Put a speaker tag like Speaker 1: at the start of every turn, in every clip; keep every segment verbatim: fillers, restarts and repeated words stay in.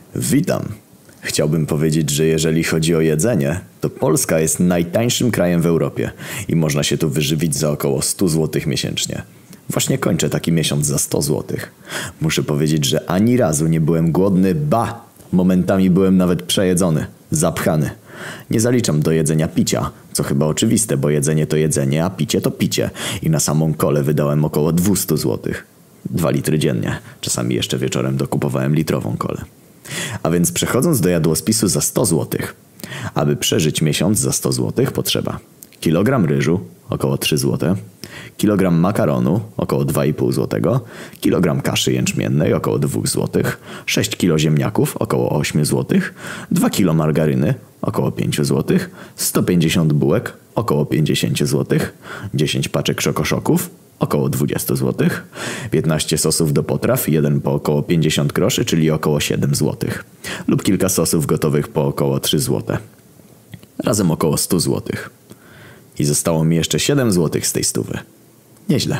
Speaker 1: Witam. Chciałbym powiedzieć, że jeżeli chodzi o jedzenie, to Polska jest najtańszym krajem w Europie i można się tu wyżywić za około sto złotych miesięcznie. Właśnie kończę taki miesiąc za sto złotych. Muszę powiedzieć, że ani razu nie byłem głodny, ba! Momentami byłem nawet przejedzony, zapchany. Nie zaliczam do jedzenia picia, co chyba oczywiste, bo jedzenie to jedzenie, a picie to picie. I na samą kolę wydałem około dwieście złotych. Dwa litry dziennie. Czasami jeszcze wieczorem dokupowałem litrową kolę. A więc przechodząc do jadłospisu za sto złotych. Aby przeżyć miesiąc za sto złotych potrzeba kilogram ryżu, około trzy złote, kilogram makaronu, około dwa i pół złotego, kilogram kaszy jęczmiennej, około dwa złotych, sześć kilo ziemniaków, około osiem złotych, dwa kilo margaryny, około pięć złotych, sto pięćdziesiąt bułek, około pięćdziesiąt złotych, dziesięć paczek szokoszoków, około dwadzieścia złotych, piętnaście sosów do potraw, jeden po około pięćdziesiąt groszy, czyli około siedem złotych, lub kilka sosów gotowych po około trzy złote. Razem około sto złotych. I zostało mi jeszcze siedem złotych z tej stówy. Nieźle.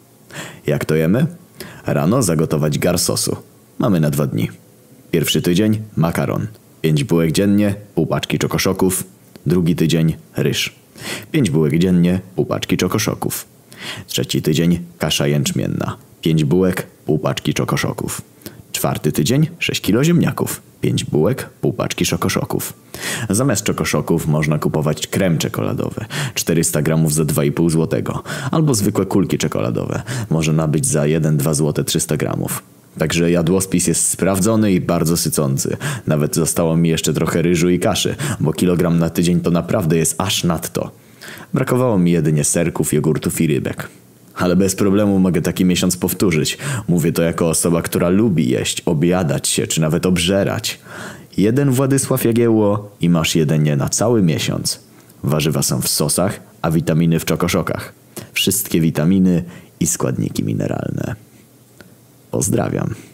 Speaker 1: Jak to jemy? Rano zagotować gar sosu. Mamy na dwa dni. Pierwszy tydzień makaron. Pięć bułek dziennie, pół paczki czokoszoków. Drugi tydzień ryż. Pięć bułek dziennie, pół paczki czokoszoków. Trzeci tydzień kasza jęczmienna. Pięć bułek, pół paczki czokoszoków. Czwarty tydzień sześć kilo ziemniaków. Pięć bułek, pół paczki szokoszoków. Zamiast czokoszoków można kupować krem czekoladowy. czterysta gramów za dwa i pół złotego. Albo zwykłe kulki czekoladowe. Może nabyć za jeden do dwóch złotych trzysta gramów. Także jadłospis jest sprawdzony i bardzo sycący. Nawet zostało mi jeszcze trochę ryżu i kaszy, bo kilogram na tydzień to naprawdę jest aż nadto. Brakowało mi jedynie serków, jogurtów i rybek. Ale bez problemu mogę taki miesiąc powtórzyć. Mówię to jako osoba, która lubi jeść, objadać się, czy nawet obżerać. Jeden Władysław Jagiełło i masz jedzenie na cały miesiąc. Warzywa są w sosach, a witaminy w czokoszokach. Wszystkie witaminy i składniki mineralne. Pozdrawiam.